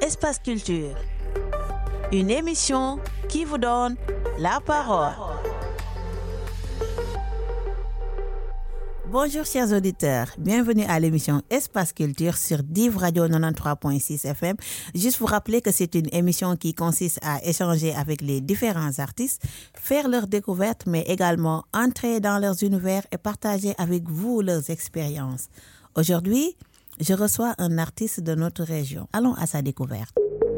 Espace Culture. Une émission qui vous donne la parole. Bonjour chers auditeurs, bienvenue à l'émission Espace Culture sur Div Radio 93.6 FM. Juste vous rappeler que c'est une émission qui consiste à échanger avec les différents artistes, faire leurs découvertes, mais également entrer dans leurs univers et partager avec vous leurs expériences. Aujourd'hui, je reçois un artiste de notre région. Allons à sa découverte.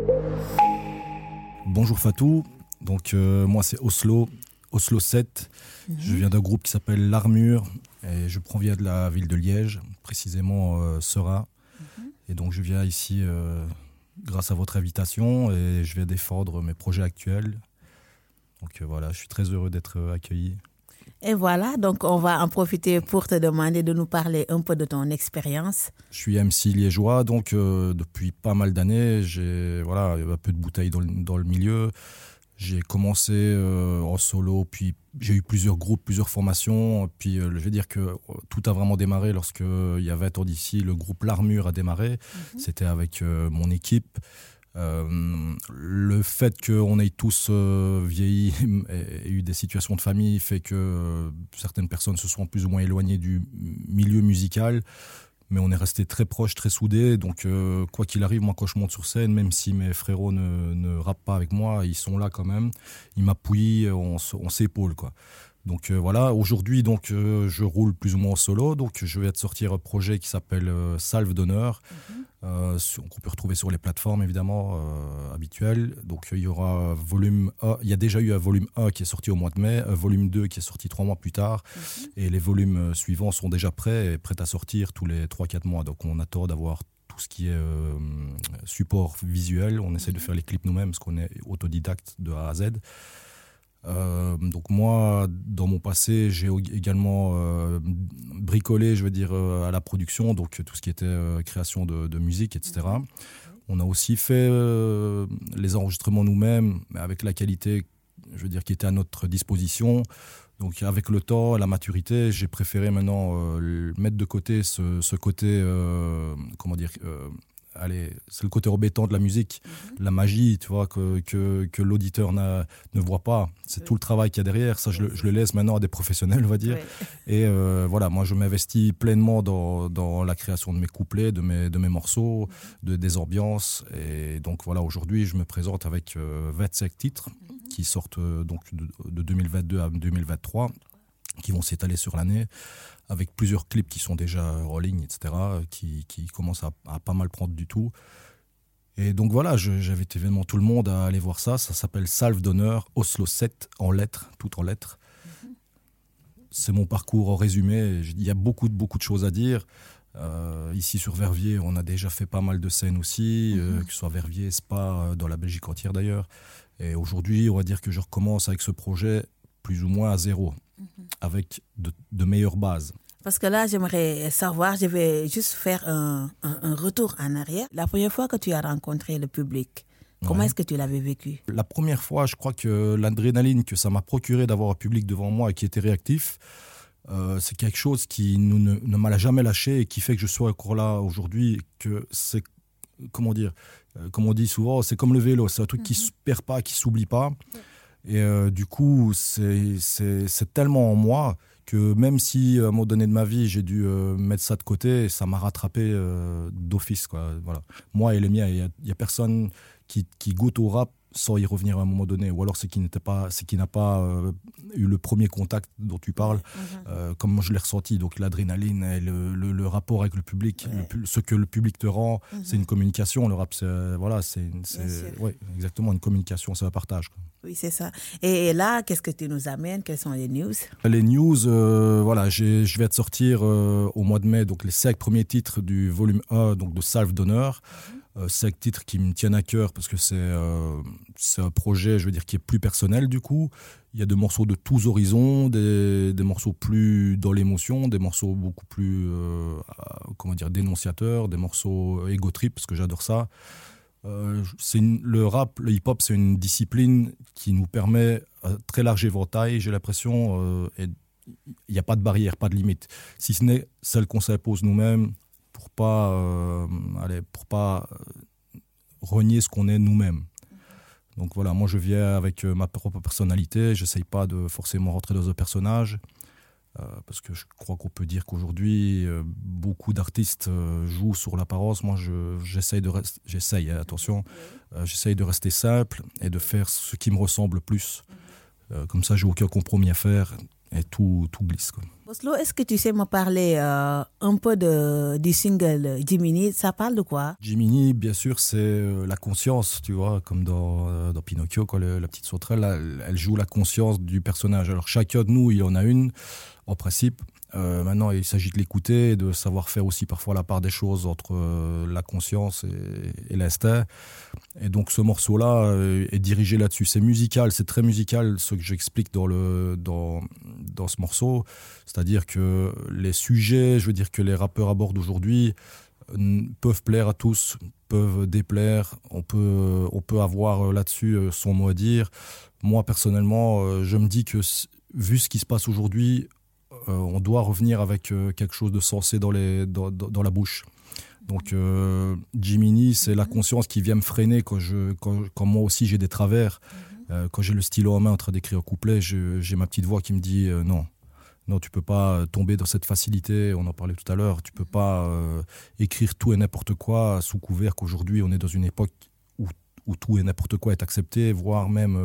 Bonjour Fatou, donc moi c'est Oslo 7. Je viens d'un groupe qui s'appelle L'Armure et je proviens de la ville de Liège, précisément Sera. Et donc je viens ici grâce à votre invitation et je vais défendre mes projets actuels. Donc voilà, je suis très heureux d'être accueilli. Et voilà, donc on va en profiter pour te demander de nous parler un peu de ton expérience. Je suis MC liégeois, donc depuis pas mal d'années, j'ai un peu de bouteilles dans le milieu. J'ai commencé en solo, puis j'ai eu plusieurs groupes, plusieurs formations. Puis je vais dire que tout a vraiment démarré lorsque, il y a 20 ans d'ici, le groupe L'Armure a démarré. C'était avec mon équipe. Le fait qu'on ait tous vieilli et eu des situations de famille fait que certaines personnes se sont plus ou moins éloignées du milieu musical. Mais on est resté très proches, très soudés. Donc, quoi qu'il arrive, moi, quand je monte sur scène, même si mes frérots ne rappent pas avec moi, ils sont là quand même. Ils m'appuient, on s'épaule, quoi. Donc, voilà. Aujourd'hui, donc, je roule plus ou moins en solo. Donc, je vais te sortir un projet qui s'appelle Salve d'honneur, qu'on peut retrouver sur les plateformes, évidemment, habituelles. Donc, il y aura volume 1. Il y a déjà eu un volume 1 qui est sorti au mois de mai, un volume 2 qui est sorti 3 mois plus tard. Et les volumes suivants sont déjà prêts à sortir tous les 3-4 mois. Donc, on attend d'avoir tout ce qui est support visuel. On essaie de faire les clips nous-mêmes parce qu'on est autodidacte de A à Z. Donc moi, dans mon passé, j'ai également bricolé, je veux dire, à la production, donc tout ce qui était création de musique, etc. On a aussi fait les enregistrements nous-mêmes, mais avec la qualité, je veux dire, qui était à notre disposition. Donc avec le temps, la maturité, j'ai préféré maintenant mettre de côté ce côté, c'est le côté embêtant de la musique, la magie, tu vois, que l'auditeur ne voit pas. C'est tout le travail qu'il y a derrière. Ça, je le laisse maintenant à des professionnels, on va dire. Oui. Et voilà, moi, je m'investis pleinement dans la création de mes couplets, de mes morceaux, des ambiances. Et donc, voilà, aujourd'hui, je me présente avec 25 titres qui sortent donc de 2022 à 2023, qui vont s'étaler sur l'année, avec plusieurs clips qui sont déjà en ligne, etc., qui commencent à pas mal prendre du tout. Et donc voilà, j'invite évidemment tout le monde à aller voir ça. Ça s'appelle Salve d'honneur, Oslo 7, en lettres, tout en lettres. C'est mon parcours en résumé. Il y a beaucoup de choses à dire. Ici sur Verviers, on a déjà fait pas mal de scènes aussi, que ce soit Verviers, Spa, dans la Belgique entière d'ailleurs. Et aujourd'hui, on va dire que je recommence avec ce projet plus ou moins à zéro, avec de meilleures bases. Parce que là, j'aimerais savoir, je vais juste faire un retour en arrière. La première fois que tu as rencontré le public, comment est-ce que tu l'avais vécu ? La première fois, je crois que l'adrénaline que ça m'a procuré d'avoir un public devant moi et qui était réactif, c'est quelque chose qui ne m'a jamais lâché et qui fait que je sois encore là aujourd'hui. Que c'est, comment dire, comme on dit souvent, c'est comme le vélo, c'est un truc qui ne se perd pas, qui ne s'oublie pas. Et du coup, c'est tellement en moi que même si à un moment donné de ma vie, j'ai dû mettre ça de côté, ça m'a rattrapé d'office, quoi. Voilà. Moi et les miens, il n'y a personne qui goûte au rap sans y revenir à un moment donné. Ou alors c'est qui n'a pas eu le premier contact dont tu parles, comme moi je l'ai ressenti. Donc l'adrénaline et le rapport avec le public, ce que le public te rend, c'est une communication. Le rap, c'est exactement une communication, c'est un partage, quoi. Oui, c'est ça. Et là, qu'est-ce que tu nous amènes ? Quelles sont les news ? Les news, je vais te sortir au mois de mai donc les 5 premiers titres du volume 1 donc de Salve d'honneur. 5 titres qui me tiennent à cœur parce que c'est un projet, je veux dire, qui est plus personnel du coup. Il y a des morceaux de tous horizons, des morceaux plus dans l'émotion, des morceaux beaucoup plus dénonciateurs, des morceaux ego trip parce que j'adore ça. Le rap, le hip-hop, c'est une discipline qui nous permet un très large éventail, j'ai l'impression, et il n'y a pas de barrière, pas de limite, si ce n'est celle qu'on s'impose nous-mêmes pour pas renier ce qu'on est nous-mêmes. Donc voilà, moi je viens avec ma propre personnalité, j'essaye pas de forcément rentrer dans un personnage, parce que je crois qu'on peut dire qu'aujourd'hui, beaucoup d'artistes jouent sur l'apparence. Moi j'essaye de rester simple et de faire ce qui me ressemble le plus. Comme ça, j'ai aucun compromis à faire et tout glisse, quoi. Oslo, est-ce que tu sais me parler un peu du single Jiminy? Ça parle de quoi? Jiminy, bien sûr, c'est la conscience, tu vois, comme dans Pinocchio, quoi, la petite sauterelle, elle joue la conscience du personnage. Alors chacun de nous, il en a une, en principe. Maintenant, il s'agit de l'écouter et de savoir faire aussi parfois la part des choses entre la conscience et l'instinct. Et donc ce morceau-là est dirigé là-dessus. C'est musical, c'est très musical ce que j'explique dans ce morceau. C'est-à-dire que les sujets, je veux dire que les rappeurs abordent aujourd'hui peuvent plaire à tous, peuvent déplaire. On peut avoir là-dessus son mot à dire. Moi, personnellement, je me dis que vu ce qui se passe aujourd'hui, on doit revenir avec quelque chose de sensé dans la bouche. Donc Jiminy, c'est la conscience qui vient me freiner quand moi aussi j'ai des travers. Quand j'ai le stylo en main en train d'écrire un couplet, j'ai ma petite voix qui me dit non, tu peux pas tomber dans cette facilité, on en parlait tout à l'heure, tu peux pas écrire tout et n'importe quoi sous couvert qu'aujourd'hui on est dans une époque où tout et n'importe quoi est accepté, voire même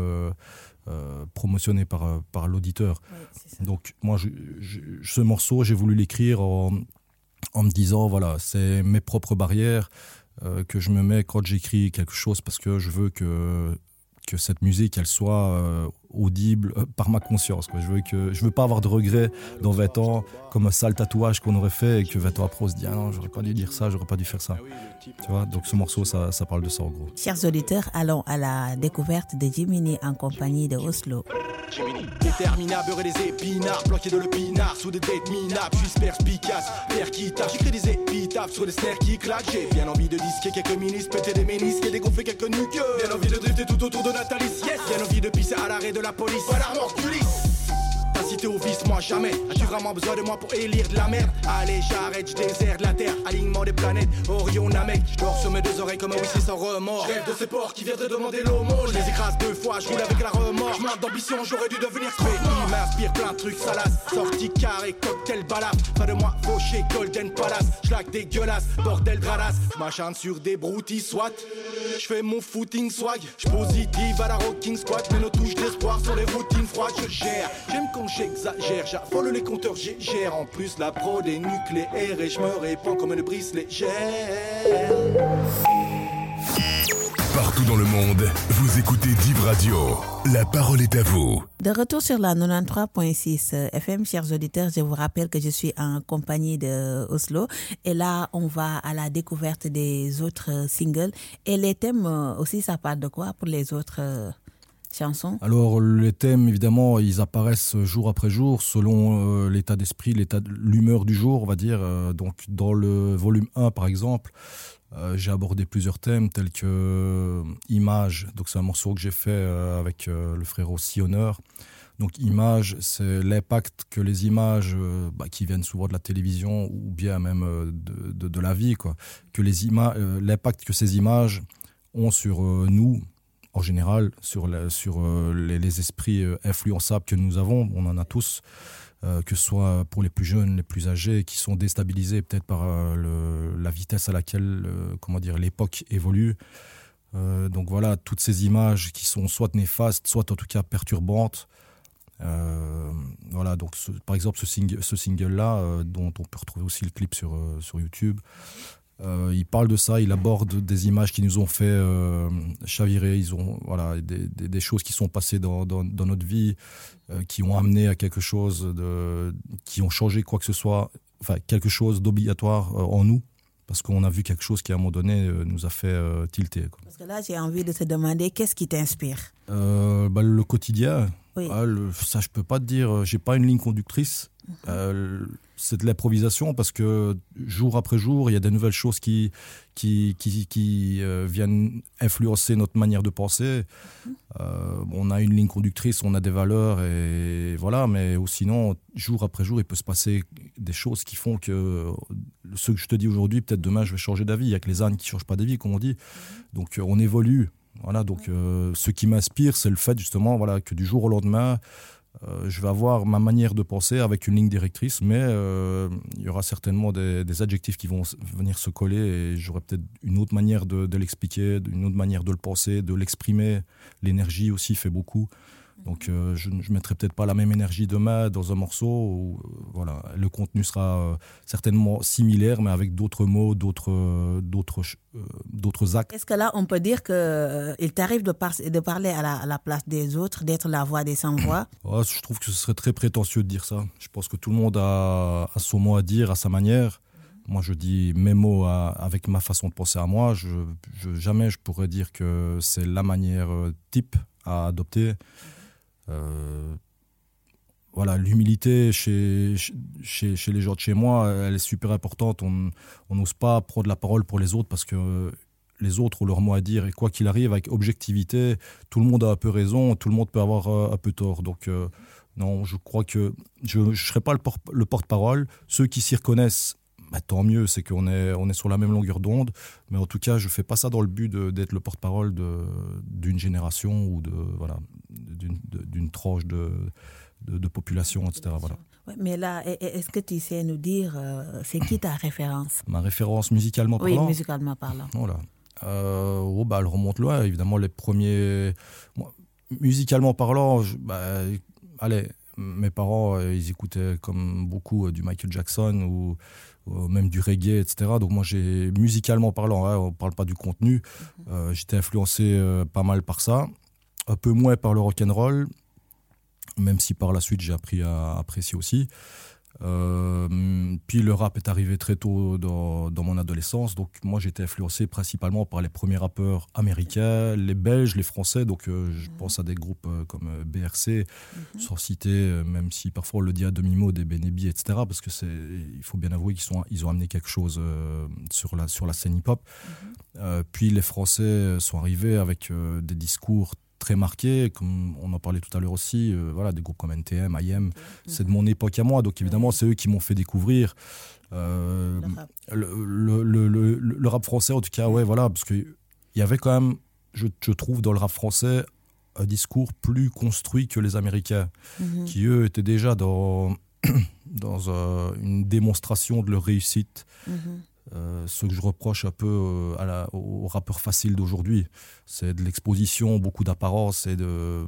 promotionné par l'auditeur. Oui, donc moi, ce morceau, j'ai voulu l'écrire en me disant, voilà, c'est mes propres barrières que je me mets quand j'écris quelque chose, parce que je veux que cette musique, elle soit audible par ma conscience, quoi. Je veux pas avoir de regrets dans 20 ans, comme un sale tatouage qu'on aurait fait et que 20 ans après on se dit « Ah non, j'aurais pas dû dire ça, j'aurais pas dû faire ça ». Tu vois, donc ce morceau, ça parle de ça en gros. Chers auditeurs, allons à la découverte de Jiminy en compagnie de Oslo. Jiminy, déterminé à beurrer des épinards, bloqué de l'épinard sous des dettes minables. Je suis perspicace, père qui tape, j'écris des épitaphes sur des snares qui claquent. J'ai bien envie de disquer quelques ministres, péter des ménisques et dégonfler quelques nuques. Bien envie de drifter tout autour de Nathalie, yes. Bien envie de pisser à l'arrêt de la police, pas l'armement d'Ulysse. Cité au vice, moi jamais. As-tu vraiment besoin de moi pour élire de la merde? Allez, j'arrête, je déserte la terre. Alignement des planètes, Orion Namek. Je dors sur mes deux oreilles comme un whisky sans remords. Je rêve de ces porcs qui viendraient demander l'aumône. Je les écrase 2 fois, je roule avec la remords. Je manque d'ambition, j'aurais dû devenir straight. Il m'inspire plein de trucs salaces. Sortie carré, cocktail balaf. Pas de moi, fauché, Golden Palace. J'laque dégueulasse, bordel dralasse. M'acharne sur des broutilles, soit. Je fais mon footing swag. Je positive à la rocking squat. Mais nos touches d'espoir sur les routines froides. Je gère, j'aime quand j'exagère, j'affole les compteurs, gère. En plus la prod est nucléaire et je me répands comme une brise légère. Partout dans le monde, vous écoutez Div Radio. La parole est à vous. De retour sur la 93.6 FM, chers auditeurs, je vous rappelle que je suis en compagnie de Oslo. Et là, on va à la découverte des autres singles. Et les thèmes aussi, ça parle de quoi pour les autres chansons? Alors, les thèmes, évidemment, ils apparaissent jour après jour selon l'état d'esprit, l'humeur du jour, on va dire. Donc, dans le volume 1, par exemple, j'ai abordé plusieurs thèmes tels que Image. Donc, c'est un morceau que j'ai fait avec le frérot Sioneur. Donc, Image, c'est l'impact que les images qui viennent souvent de la télévision ou bien même de la vie, quoi. Que l'impact que ces images ont sur nous, en général, sur les esprits influençables que nous avons. On en a tous, que ce soit pour les plus jeunes, les plus âgés, qui sont déstabilisés peut-être par la vitesse à laquelle l'époque évolue. Donc voilà, toutes ces images qui sont soit néfastes, soit en tout cas perturbantes. Voilà, donc par exemple ce single-là, dont on peut retrouver aussi le clip sur YouTube, il parle de ça, il aborde des images qui nous ont fait chavirer, des choses qui sont passées dans notre vie, qui ont amené à quelque chose, qui ont changé quoi que ce soit, enfin quelque chose d'obligatoire en nous, parce qu'on a vu quelque chose qui à un moment donné nous a fait tilter, quoi. Parce que là j'ai envie de te demander, qu'est-ce qui t'inspire? Le quotidien. Oui. Ça je peux pas te dire, j'ai pas une ligne conductrice. C'est de l'improvisation parce que jour après jour il y a des nouvelles choses qui viennent influencer notre manière de penser. On a une ligne conductrice, on a des valeurs et voilà, mais sinon jour après jour il peut se passer des choses qui font que ce que je te dis aujourd'hui, peut-être demain je vais changer d'avis. Il n'y a que les ânes qui ne changent pas d'avis, comme on dit. Donc on évolue. Voilà, donc ce qui m'inspire, c'est le fait justement que du jour au lendemain, je vais avoir ma manière de penser avec une ligne directrice, mais il y aura certainement des adjectifs qui vont venir se coller et j'aurai peut-être une autre manière de l'expliquer, une autre manière de le penser, de l'exprimer. L'énergie aussi fait beaucoup. Donc je ne mettrai peut-être pas la même énergie demain dans un morceau où le contenu sera certainement similaire mais avec d'autres mots, d'autres actes. Est-ce que là on peut dire qu'il t'arrive de parler à la place des autres, d'être la voix des sans-voix? Je trouve que ce serait très prétentieux de dire ça. Je pense que tout le monde a son mot à dire à sa manière. Moi, je dis mes mots avec ma façon de penser à moi. Jamais je pourrais dire que c'est la manière type à adopter. L'humilité chez les gens de chez moi, elle est super importante. On n'ose pas prendre la parole pour les autres parce que les autres ont leur mot à dire et quoi qu'il arrive, avec objectivité, tout le monde a un peu raison, tout le monde peut avoir un peu tort. Donc non, je crois que je ne serai pas le porte-parole. Ceux qui s'y reconnaissent, tant mieux, c'est qu'on est sur la même longueur d'onde. Mais en tout cas, je ne fais pas ça dans le but d'être le porte-parole d'une génération ou d'une tranche de population, etc. Voilà. Ouais, mais là, est-ce que tu sais nous dire, c'est qui ta référence? Ma référence musicalement parlant? Oui, musicalement parlant. Voilà. Elle remonte loin, évidemment, les premiers... musicalement parlant, mes parents, ils écoutaient comme beaucoup du Michael Jackson ou même du reggae, etc. Donc moi, musicalement parlant, on ne parle pas du contenu, j'étais influencé pas mal par ça, un peu moins par le rock'n'roll, même si par la suite j'ai appris à apprécier aussi. Puis le rap est arrivé très tôt dans mon adolescence, donc moi j'étais influencé principalement par les premiers rappeurs américains, les Belges, les Français, donc je pense à des groupes comme BRC, sans citer, même si parfois on le dit à demi-mot, des Benebi, etc., parce que il faut bien avouer qu'ils ont amené quelque chose sur la scène hip-hop. Puis les Français sont arrivés avec des discours très marqués, comme on en parlait tout à l'heure aussi, des groupes comme NTM, IM, c'est de mon époque à moi, donc évidemment c'est eux qui m'ont fait découvrir le rap français, en tout cas, parce qu'il y avait quand même, je trouve, dans le rap français, un discours plus construit que les Américains, qui eux étaient déjà dans une démonstration de leur réussite. Ce que je reproche un peu aux rappeurs faciles d'aujourd'hui, c'est de l'exposition, beaucoup d'apparence et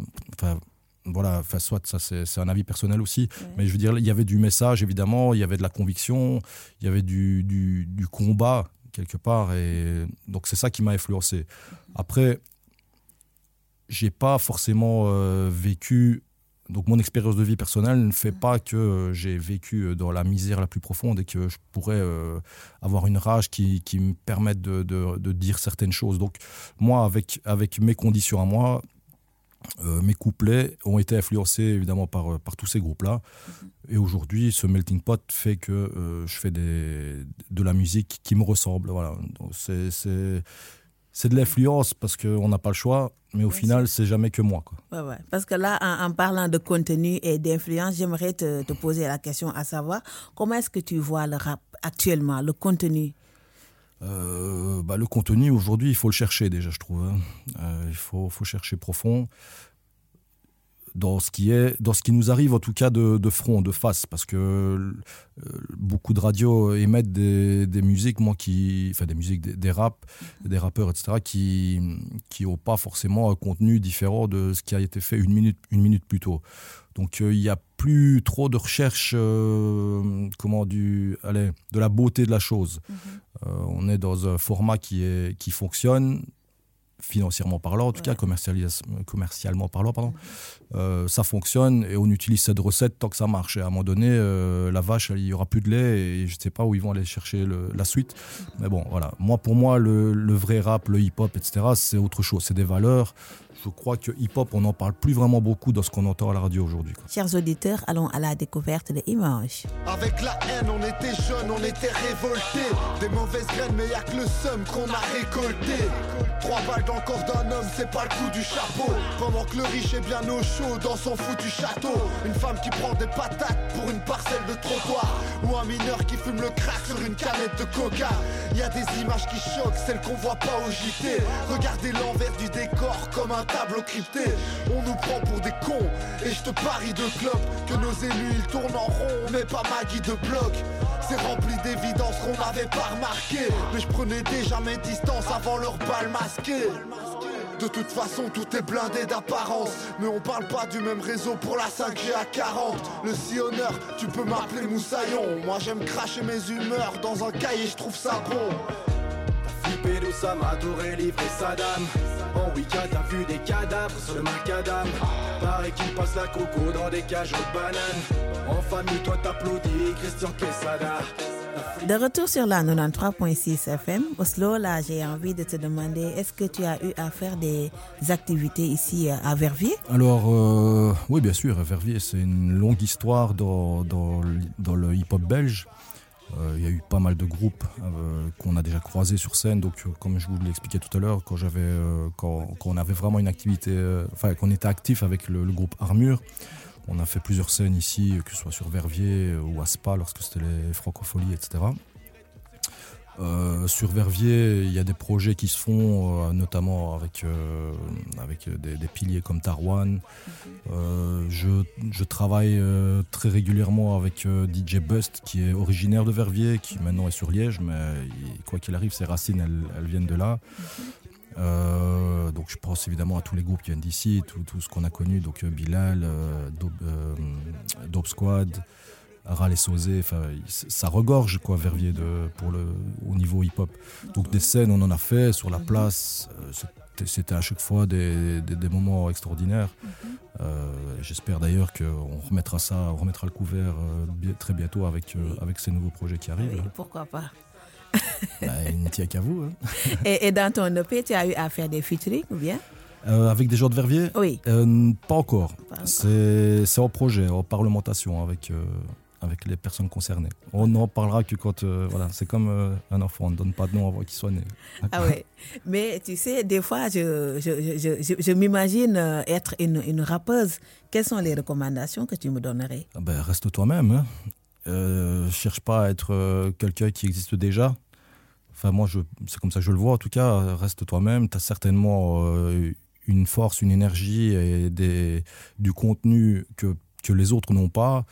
soit ça c'est un avis personnel aussi, mais je veux dire, il y avait du message évidemment, il y avait de la conviction, il y avait du combat quelque part, et donc c'est ça qui m'a influencé. Après, j'ai pas forcément vécu. Donc mon expérience de vie personnelle ne fait pas que j'ai vécu dans la misère la plus profonde et que je pourrais avoir une rage qui me permette de dire certaines choses. Donc moi, avec mes conditions à moi, mes couplets ont été influencés évidemment par tous ces groupes-là. Et aujourd'hui, ce melting pot fait que je fais de la musique qui me ressemble. Voilà. Donc c'est de l'influence parce qu'on n'a pas le choix, mais au final, c'est jamais que moi, quoi. Ouais. Parce que là, en parlant de contenu et d'influence, j'aimerais te poser la question à savoir, comment est-ce que tu vois le rap actuellement, le contenu? Le contenu, aujourd'hui, il faut le chercher déjà, je trouve. Il faut chercher profond dans ce qui nous arrive, en tout cas de front, de face, parce que beaucoup de radios émettent des musiques, des raps, des rappeurs, etc., qui n'ont pas forcément un contenu différent de ce qui a été fait une minute plus tôt. Donc il n'y a plus trop de recherche de la beauté de la chose. On est dans un format qui fonctionne, financièrement parlant, en tout cas commercialement parlant, ça fonctionne et on utilise cette recette tant que ça marche. Et à un moment donné, la vache, il n'y aura plus de lait et je ne sais pas où ils vont aller chercher la suite. Mais bon, voilà. Pour moi, le vrai rap, le hip-hop, etc., c'est autre chose. C'est des valeurs. je crois que hip-hop, on n'en parle plus vraiment beaucoup dans ce qu'on entend à la radio aujourd'hui, quoi. Chers auditeurs, allons à la découverte de Images. Avec la haine, on était jeunes, on était révoltés. Des mauvaises graines, mais y'a que le seum qu'on a récolté. 3 balles dans le corps d'un homme, c'est pas le coup du chapeau. Pendant que le riche est bien au chaud dans son foutu château. Une femme qui prend des patates pour une parcelle de trottoir. Ou un mineur qui fume le crack sur une canette de coca. Y a des images qui choquent, celles qu'on voit pas au JT. Regardez l'envers du décor comme un tableau crypté. On nous prend pour des cons, et je te parie de clopes que nos élus ils tournent en rond, mais pas Maggie de bloc. C'est rempli d'évidence qu'on n'avait pas remarqué. Mais je prenais déjà mes distances avant leur bal masqué. De toute façon tout est blindé d'apparence. Mais on parle pas du même réseau pour la 5G à 40. Le sillonneur, tu peux m'appeler Moussaillon. Moi j'aime cracher mes humeurs dans un cahier, je trouve ça bon. T'as flippé d'Oussama Touré livré Saddam. En week-end t'as vu des cadavres sur le macadam. Pareil qu'il passe la coco dans des cageaux de bananes. En famille toi t'applaudis Christian Quesada. De retour sur la 93.6 FM, Oslo, là j'ai envie de te demander, est-ce que tu as eu à faire des activités ici à Verviers? Alors, oui, bien sûr, Verviers, c'est une longue histoire dans le hip-hop belge. Il y a eu pas mal de groupes qu'on a déjà croisés sur scène. Donc, comme je vous l'expliquais tout à l'heure, quand on avait vraiment une activité, qu'on était actif avec le groupe Armure, on a fait plusieurs scènes ici, que ce soit sur Verviers ou à Spa, lorsque c'était les Francopholies, etc. Sur Verviers, il y a des projets qui se font, notamment avec des piliers comme Tarwan. Je travaille très régulièrement avec DJ Bust, qui est originaire de Verviers, qui maintenant est sur Liège, mais quoi qu'il arrive, ses racines, elles viennent de là. Donc je pense évidemment à tous les groupes qui viennent d'ici, tout ce qu'on a connu, donc Bilal, Dope Squad, Ral et Sosé, ça regorge quoi Verviers au niveau hip-hop. Donc des scènes on en a fait sur la place, c'était à chaque fois des moments extraordinaires. J'espère d'ailleurs qu'on remettra le couvert très bientôt avec ces nouveaux projets qui arrivent. Oui, pourquoi pas. Il ne tient qu'à vous. Hein. Et dans ton EP, tu as eu à faire des featuring ou bien? Avec des gens de Verviers? Oui. Pas encore. C'est en projet, en parlementation avec les personnes concernées. On n'en parlera que quand... c'est comme un enfant, on ne donne pas de nom avant qu'il soit né. Ah oui. Mais tu sais, des fois, je m'imagine être une rappeuse. Quelles sont les recommandations que tu me donnerais? Reste toi-même. Hein. Cherche pas à être quelqu'un qui existe déjà. Enfin, moi, c'est comme ça que je le vois. En tout cas, reste toi-même. Tu as certainement une force, une énergie et du contenu que les autres n'ont pas.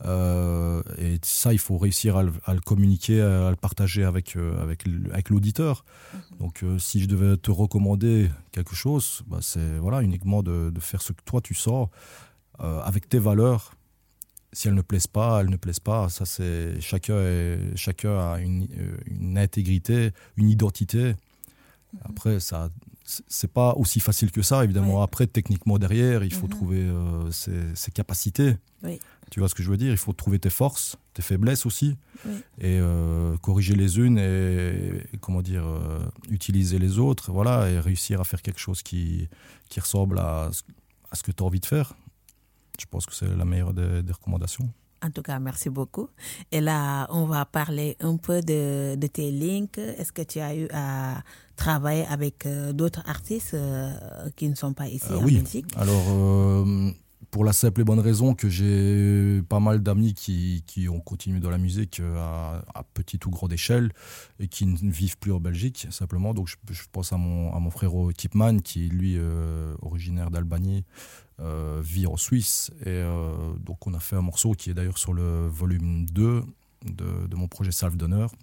Et ça, il faut réussir à le communiquer, à le partager avec l'auditeur. Donc, si je devais te recommander quelque chose, c'est uniquement de faire ce que toi, tu sens avec tes valeurs. Si elles ne plaisent pas, elles ne plaisent pas. Ça, c'est chacun a une intégrité, une identité. Après, ça, c'est pas aussi facile que ça, évidemment. Oui. Après, techniquement derrière, il faut trouver ses capacités. Oui. Tu vois ce que je veux dire? Il faut trouver tes forces, tes faiblesses aussi, et corriger les unes et utiliser les autres. Voilà, et réussir à faire quelque chose qui ressemble à ce que tu as envie de faire. Je pense que c'est la meilleure des recommandations. En tout cas, merci beaucoup. Et là, on va parler un peu de tes links. Est-ce que tu as eu à travailler avec d'autres artistes qui ne sont pas ici en Belgique? Alors, pour la simple et bonne raison que j'ai pas mal d'amis qui ont continué dans la musique à petite ou grande échelle et qui ne vivent plus en Belgique, simplement. Donc, je pense à mon frérot Kipman, qui, lui, originaire d'Albanie, vit en Suisse. Et donc, on a fait un morceau qui est d'ailleurs sur le volume 2 de mon projet Salve d'honneur.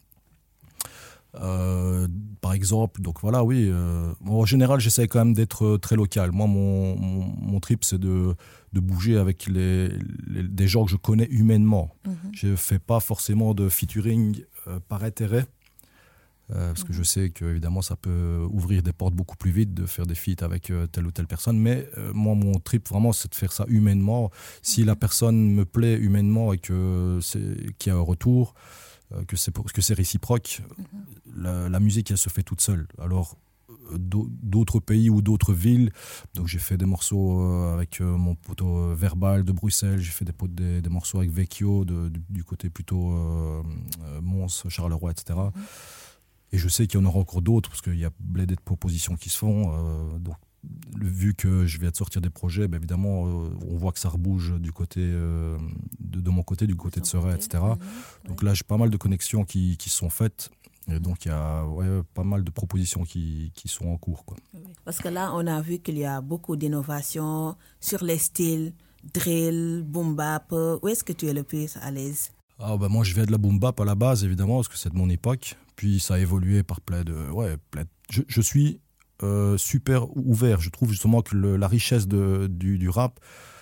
Par exemple, donc voilà, oui. En général, j'essaie quand même d'être très local. Moi, mon trip, c'est de bouger avec des gens que je connais humainement. Je ne fais pas forcément de featuring par intérêt. Parce que je sais qu'évidemment, ça peut ouvrir des portes beaucoup plus vite de faire des feats avec telle ou telle personne. Mais moi, mon trip, vraiment, c'est de faire ça humainement. Si la personne me plaît humainement et qu'il y a un retour, que c'est réciproque, la musique, elle se fait toute seule. Alors, d'autres pays ou d'autres villes. Donc j'ai fait des morceaux avec mon poteau Verbal de Bruxelles, j'ai fait des morceaux avec Vecchio du côté plutôt Mons, Charleroi, etc. Et je sais qu'il y en aura encore d'autres parce qu'il y a plein de propositions qui se font. Donc vu que je viens de sortir des projets, évidemment, on voit que ça rebouge du côté de mon côté, du côté de Serret, etc. Donc là, j'ai pas mal de connexions qui sont faites. Et donc, il y a pas mal de propositions qui sont en cours, quoi. Parce que là, on a vu qu'il y a beaucoup d'innovations sur les styles, drill, boom bap. Où est-ce que tu es le plus à l'aise? Moi, je viens de la boom bap à la base, évidemment, parce que c'est de mon époque. Puis, ça a évolué par plein de... Je suis... super ouvert. Je trouve justement que la richesse du rap,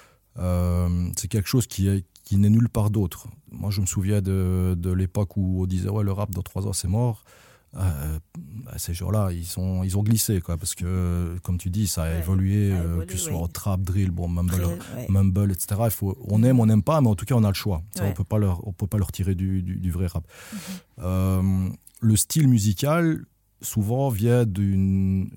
c'est quelque chose qui n'est nulle part d'autre. Moi, je me souviens de l'époque où on disait le rap dans 3 ans c'est mort. Ces gens-là, ils ont glissé, quoi, parce que, comme tu dis, ça a évolué, que ce soit en trap, drill, mumble, etc. On aime, on n'aime pas, mais en tout cas, on a le choix. Ça, on peut pas leur tirer du vrai rap. Le style musical, souvent vient d'une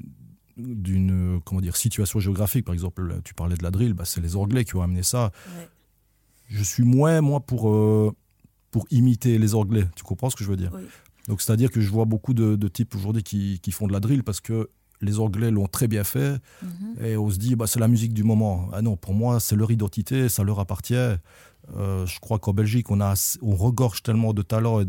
situation géographique. Par exemple, tu parlais de la drill, c'est les Anglais qui ont amené ça. Je suis moins moi pour imiter les Anglais. Tu comprends ce que je veux dire? Donc c'est-à-dire que je vois beaucoup de types aujourd'hui qui font de la drill parce que les Anglais l'ont très bien fait et on se dit c'est la musique du moment. Ah non, pour moi c'est leur identité, ça leur appartient. Je crois qu'en Belgique, on regorge tellement de talent et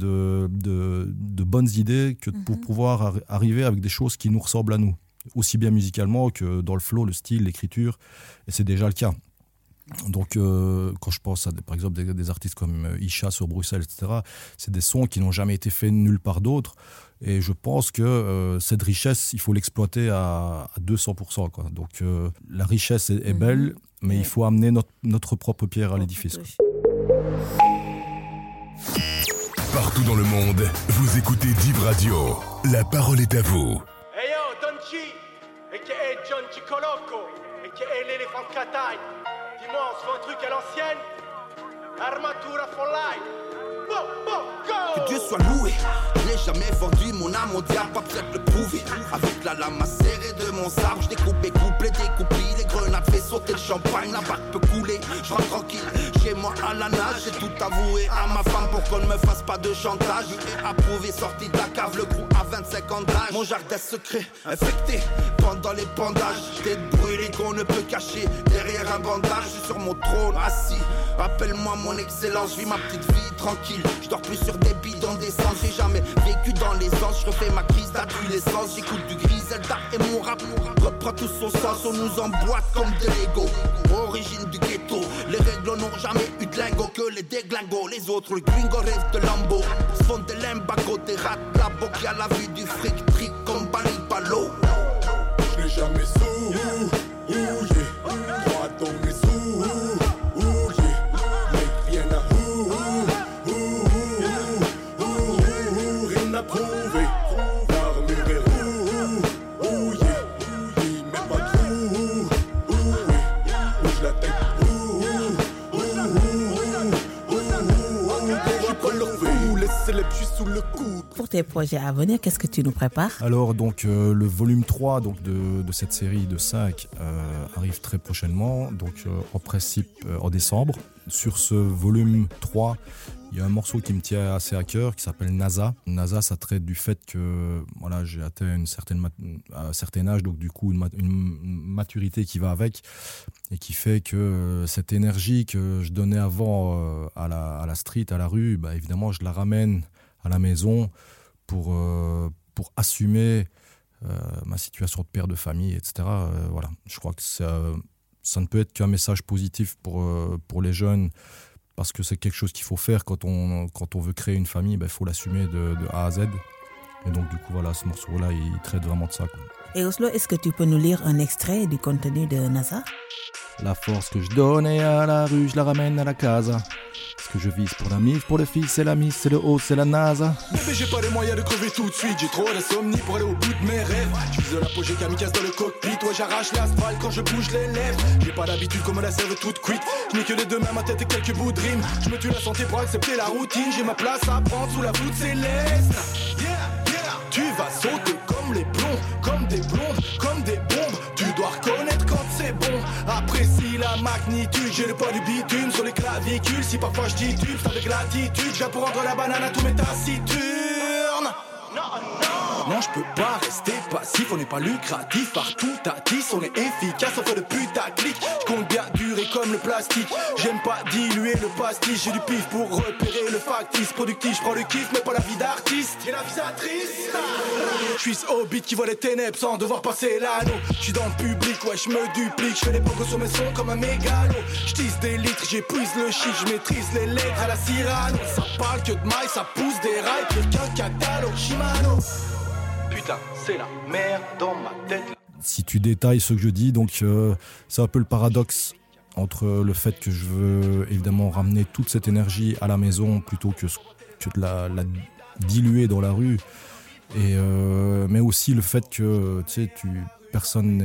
de bonnes idées que pour pouvoir arriver avec des choses qui nous ressemblent à nous, aussi bien musicalement que dans le flow, le style, l'écriture, et c'est déjà le cas. Donc, quand je pense à par exemple des artistes comme Isha sur Bruxelles, etc., c'est des sons qui n'ont jamais été faits nulle part d'autre. Et je pense que cette richesse, il faut l'exploiter à 200%, quoi. Donc, la richesse est belle, mais il faut amener notre propre pierre à l'édifice, quoi. Partout dans le monde, vous écoutez Div Radio. La parole est à vous. Hey yo, Don G, a.k.a. John Chicoloco, a.k.a. l'éléphant de Catagne. Dis-moi, on se fait un truc à l'ancienne? Armatura for life. Que Dieu soit loué, je n'ai jamais vendu mon âme au diable, pas peut-être le prouver. Avec la lame acérée de mon sabre, je découpe les couplets, découplis, les grenades fait sauter le champagne, la barque peut couler, je rentre tranquille, chez moi à la nage, j'ai tout avoué à ma femme pour qu'on ne me fasse pas de chantage. J'ai approuvé, sorti de la cave, le gros à 25 ans d'âge, mon jardin secret, infecté pendant les bandages, tête brûlée qu'on ne peut cacher derrière un bandage, je suis sur mon trône assis, rappelle-moi mon excellence, je vis ma petite vie tranquille, je dors plus sur des bidons d'essence, j'ai jamais vécu dans l'essence, je refais ma crise d'adolescence, j'écoute du Griselda et mon rap reprend tout son sens, on nous emboîte comme des Lego, origine du ghetto, les règles n'ont jamais eu de lingot que les déglingos, les autres le gringo rêve de Lambo, se font des limbagos, des rats la boque, y'a la vue du fric, trick comme Bali Balo. Je n'ai jamais souri, droit dans mes souris, mec rien à rien à prouver, l'armure est rouillée, il met pas trou, bouge la tête, je prends leur fou, laissez-les puis sous le coude. Pour tes projets à venir, qu'est-ce que tu nous prépares? Alors, donc, le volume 3 donc, de cette série de 5 arrive très prochainement, donc en principe en décembre. Sur ce volume 3, il y a un morceau qui me tient assez à cœur qui s'appelle NASA. NASA, ça traite du fait que voilà, j'ai atteint un certain âge, donc du coup une maturité qui va avec et qui fait que cette énergie que je donnais avant à la street, à la rue, évidemment, je la ramène à la maison pour assumer ma situation de père de famille, etc. Voilà. Je crois que ça ne peut être qu'un message positif pour les jeunes, parce que c'est quelque chose qu'il faut faire quand on veut créer une famille, il faut l'assumer de A à Z. Et donc du coup, voilà, ce morceau-là, il traite vraiment de ça, quoi. Et Oslo, est-ce que tu peux nous lire un extrait du contenu de NASA? La force que je donnais à la rue, je la ramène à la casa. Ce que je vise pour la mif, pour le fils, c'est la miss, c'est le haut, c'est la NASA. Mais j'ai pas les moyens de crever tout de suite, j'ai trop d'insomnie pour aller au bout de mes rêves. Je suis de l'apogée kamikaze dans le cockpit, toi j'arrache l'asphalte quand je bouge les lèvres. J'ai pas d'habitude comme la sève toute cuite, je n'ai que les deux mains, ma tête et quelques bouts de rime. Je me tue la santé pour accepter la routine, j'ai ma place à prendre sous la voûte céleste. Yeah, yeah. Tu vas sauter comme les plombs, comme des blondes. magnitude. J'ai le poids du bitume sur les clavicules. Si parfois je titube, c'est avec l'attitude. Je viens pour rendre la banane à tous mes taciturnes. Non, je peux pas rester passif, on n'est pas lucratif. Partout tâtisse, on est efficace, on fait le putaclic. Je compte bien durer comme le plastique. J'aime pas diluer le pastis. J'ai du pif pour repérer le factice. Productif, je prends le kiff, mais pas la vie d'artiste. J'ai la visatrice. Je suis ce hobbit qui voit les ténèbres sans devoir passer l'anneau. Je suis dans le public, ouais, je me duplique. Je fais des pogos sur mes sons comme un mégalo. Je tisse des litres, j'épuise le shit. Je maîtrise les lettres à la Cyrano. Ça parle que de maille, ça pousse des rails. Pire qu'un catalogue Shimano. Putain, c'est la merde dans ma tête. Si tu détailles ce que je dis, donc c'est un peu le paradoxe entre le fait que je veux évidemment ramener toute cette énergie à la maison plutôt que de la diluer dans la rue, et mais aussi le fait que personne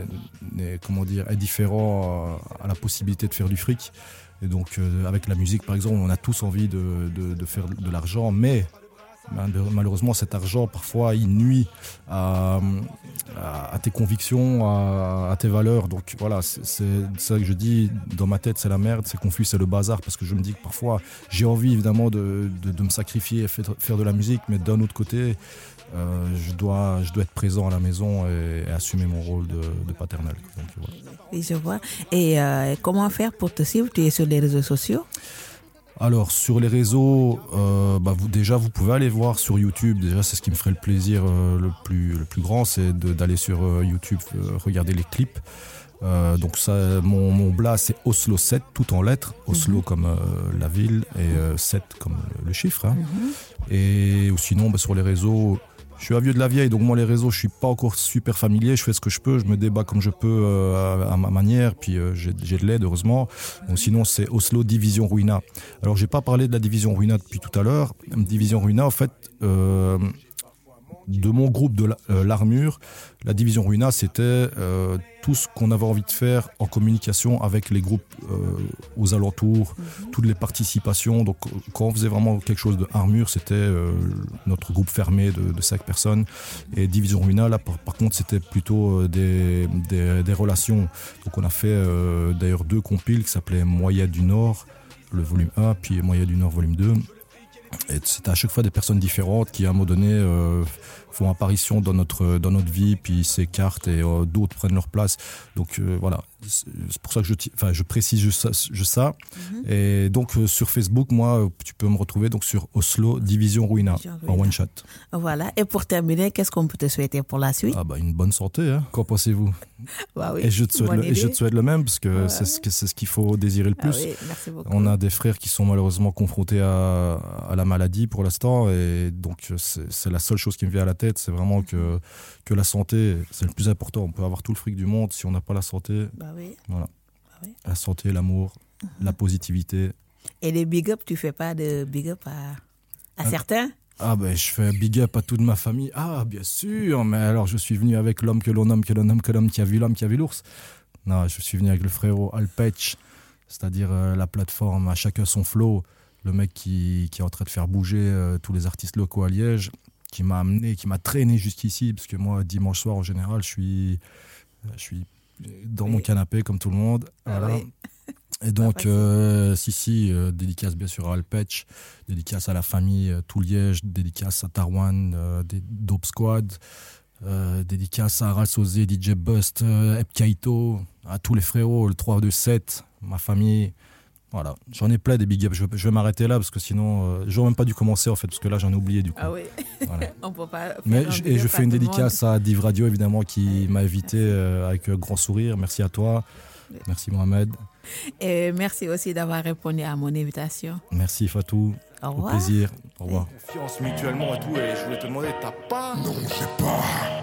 est différent à la possibilité de faire du fric. Et donc avec la musique par exemple, on a tous envie de faire de l'argent, mais malheureusement cet argent parfois il nuit à tes convictions, à tes valeurs. Donc voilà, c'est ça que je dis, dans ma tête c'est la merde, c'est confus, c'est le bazar, parce que je me dis que parfois j'ai envie évidemment de me sacrifier et faire de la musique, mais d'un autre côté je dois être présent à la maison et assumer mon rôle de paternel. Donc, voilà. Oui, je vois. Et comment faire pour te suivre? Tu es sur les réseaux sociaux? Alors sur les réseaux, vous pouvez aller voir sur YouTube. Déjà c'est ce qui me ferait le plaisir le plus grand, c'est d'aller sur YouTube, regarder les clips. Donc ça, mon blast c'est Oslo 7, tout en lettres. Oslo comme la ville et 7 comme le chiffre. Hein. Et sinon sur les réseaux, je suis un vieux de la vieille, donc moi les réseaux je suis pas encore super familier, je fais ce que je peux, je me débat comme je peux à ma manière, puis j'ai de l'aide heureusement. Donc sinon c'est Oslo Division Ruina. Alors j'ai pas parlé de la Division Ruina depuis tout à l'heure. Division Ruina en fait, de mon groupe de l'Armure, la Division Ruina c'était tout ce qu'on avait envie de faire en communication avec les groupes aux alentours, toutes les participations. Donc quand on faisait vraiment quelque chose de Armure, c'était notre groupe fermé de 5 personnes. Et Division Ruina, là par contre c'était plutôt des relations. Donc on a fait d'ailleurs 2 compiles qui s'appelaient Moyen du Nord, le volume 1, puis Moyen du Nord volume 2. Et c'était à chaque fois des personnes différentes qui à un moment donné font apparition dans notre vie, puis s'écartent et d'autres prennent leur place. Donc voilà, c'est pour ça que je précise juste ça. Et donc sur Facebook, moi, tu peux me retrouver donc sur Oslo Division Ruina en one shot. Voilà. Et pour terminer, qu'est-ce qu'on peut te souhaiter pour la suite? Une bonne santé. Hein. Qu'en pensez-vous? Bah oui. Et je te souhaite le même, parce que c'est ce qu'il faut désirer le plus. Oui, merci beaucoup. On a des frères qui sont malheureusement confrontés à la maladie pour l'instant, et donc c'est la seule chose qui me vient à la tête, c'est vraiment que la santé, c'est le plus important. On peut avoir tout le fric du monde, si on n'a pas la santé, voilà. La santé, l'amour, la positivité. Et les big up, tu fais pas de big up à certains? Je fais un big up à toute ma famille. Bien sûr, mais alors je suis venu avec l'homme que l'on nomme, que l'homme qui a vu l'homme, qui a vu l'ours. Non, je suis venu avec le frérot Alpech, c'est-à-dire la plateforme à chacun son flow, le mec qui est en train de faire bouger tous les artistes locaux à Liège, qui m'a traîné jusqu'ici, parce que moi, dimanche soir, en général, je suis dans mon canapé, comme tout le monde. Voilà. Oui. Et donc, dédicace bien sûr à Alpech, dédicace à la famille tout Liège, dédicace à Tarwan, Dope Squad, dédicace à Aral Sosé, DJ Bust, Epkaito, à tous les frérots, le 327, ma famille. Voilà, j'en ai plein des big ups. Je vais m'arrêter là parce que sinon, j'aurais même pas dû commencer en fait, parce que là j'en ai oublié du coup. Ah oui, voilà. On peut pas. Et je fais une dédicace à Div Radio évidemment qui m'a invité avec grand sourire. Merci à toi, merci Mohamed. Et merci aussi d'avoir répondu à mon invitation. Merci Fatou, au plaisir, au revoir. Confiance mutuellement et tout, et je voulais te demander, t'as pas? Non, j'ai pas.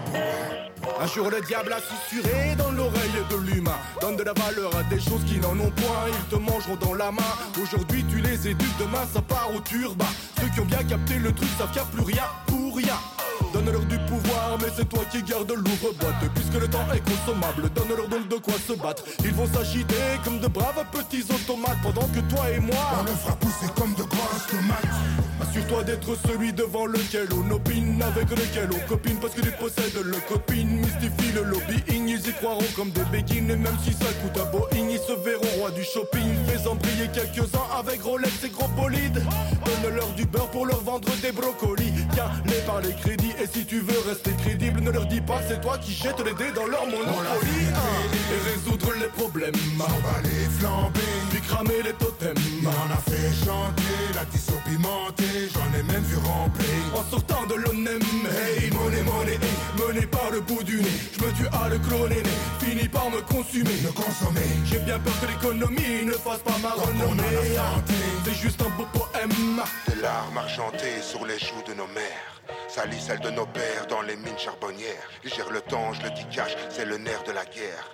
Un jour le diable a susurré dans l'oreille de l'humain. Donne de la valeur à des choses qui n'en ont point, ils te mangeront dans la main. Aujourd'hui tu les éduques, demain ça part au turba. Ceux qui ont bien capté le truc savent qu'il n'y a plus rien pour rien. Donne donne-leur du pouvoir, mais c'est toi qui gardes l'ouvre-boîte. Puisque le temps est consommable, donne-leur donc de quoi se battre. Ils vont s'agiter comme de braves petits automates, pendant que toi et moi on le fera pousser comme de grosses tomates. Assure-toi d'être celui devant lequel on opine, avec lequel on copine, parce que tu possèdes le copine. Mystifie le lobbying, ils y croiront comme des béguines. Et même si ça coûte un Boeing, ils se verront rois du shopping. Fais-en briller quelques-uns avec Rolex et gros bolides. Donne-leur du beurre pour leur vendre des brocolis. Tiens-les par les crédits, et si tu veux rester crédible, ne leur dis pas que c'est toi qui jettes les dés dans leur monopoly. Et résoudre les problèmes, Emballer, flamber, puis cramer les totems. il en a fait chanter, l'addition pimentée, j'en ai même vu remplir. En sortant de l'ONEM, hey, monnaie, monnaie, hey, menée par le bout du nez. Je me tue à le cloner, finis par me consumer. Le consommer, J'ai bien peur que l'économie ne fasse pas ma renommée. C'est juste un beau poème. des larmes argentées sur les joues de nos mères. Salis celle de nos pères dans les mines charbonnières. Ils gèrent le temps, je le dis cash, c'est le nerf de la guerre.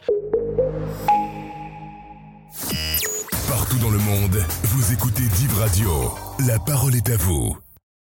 Partout dans le monde, vous écoutez Div Radio. La parole est à vous.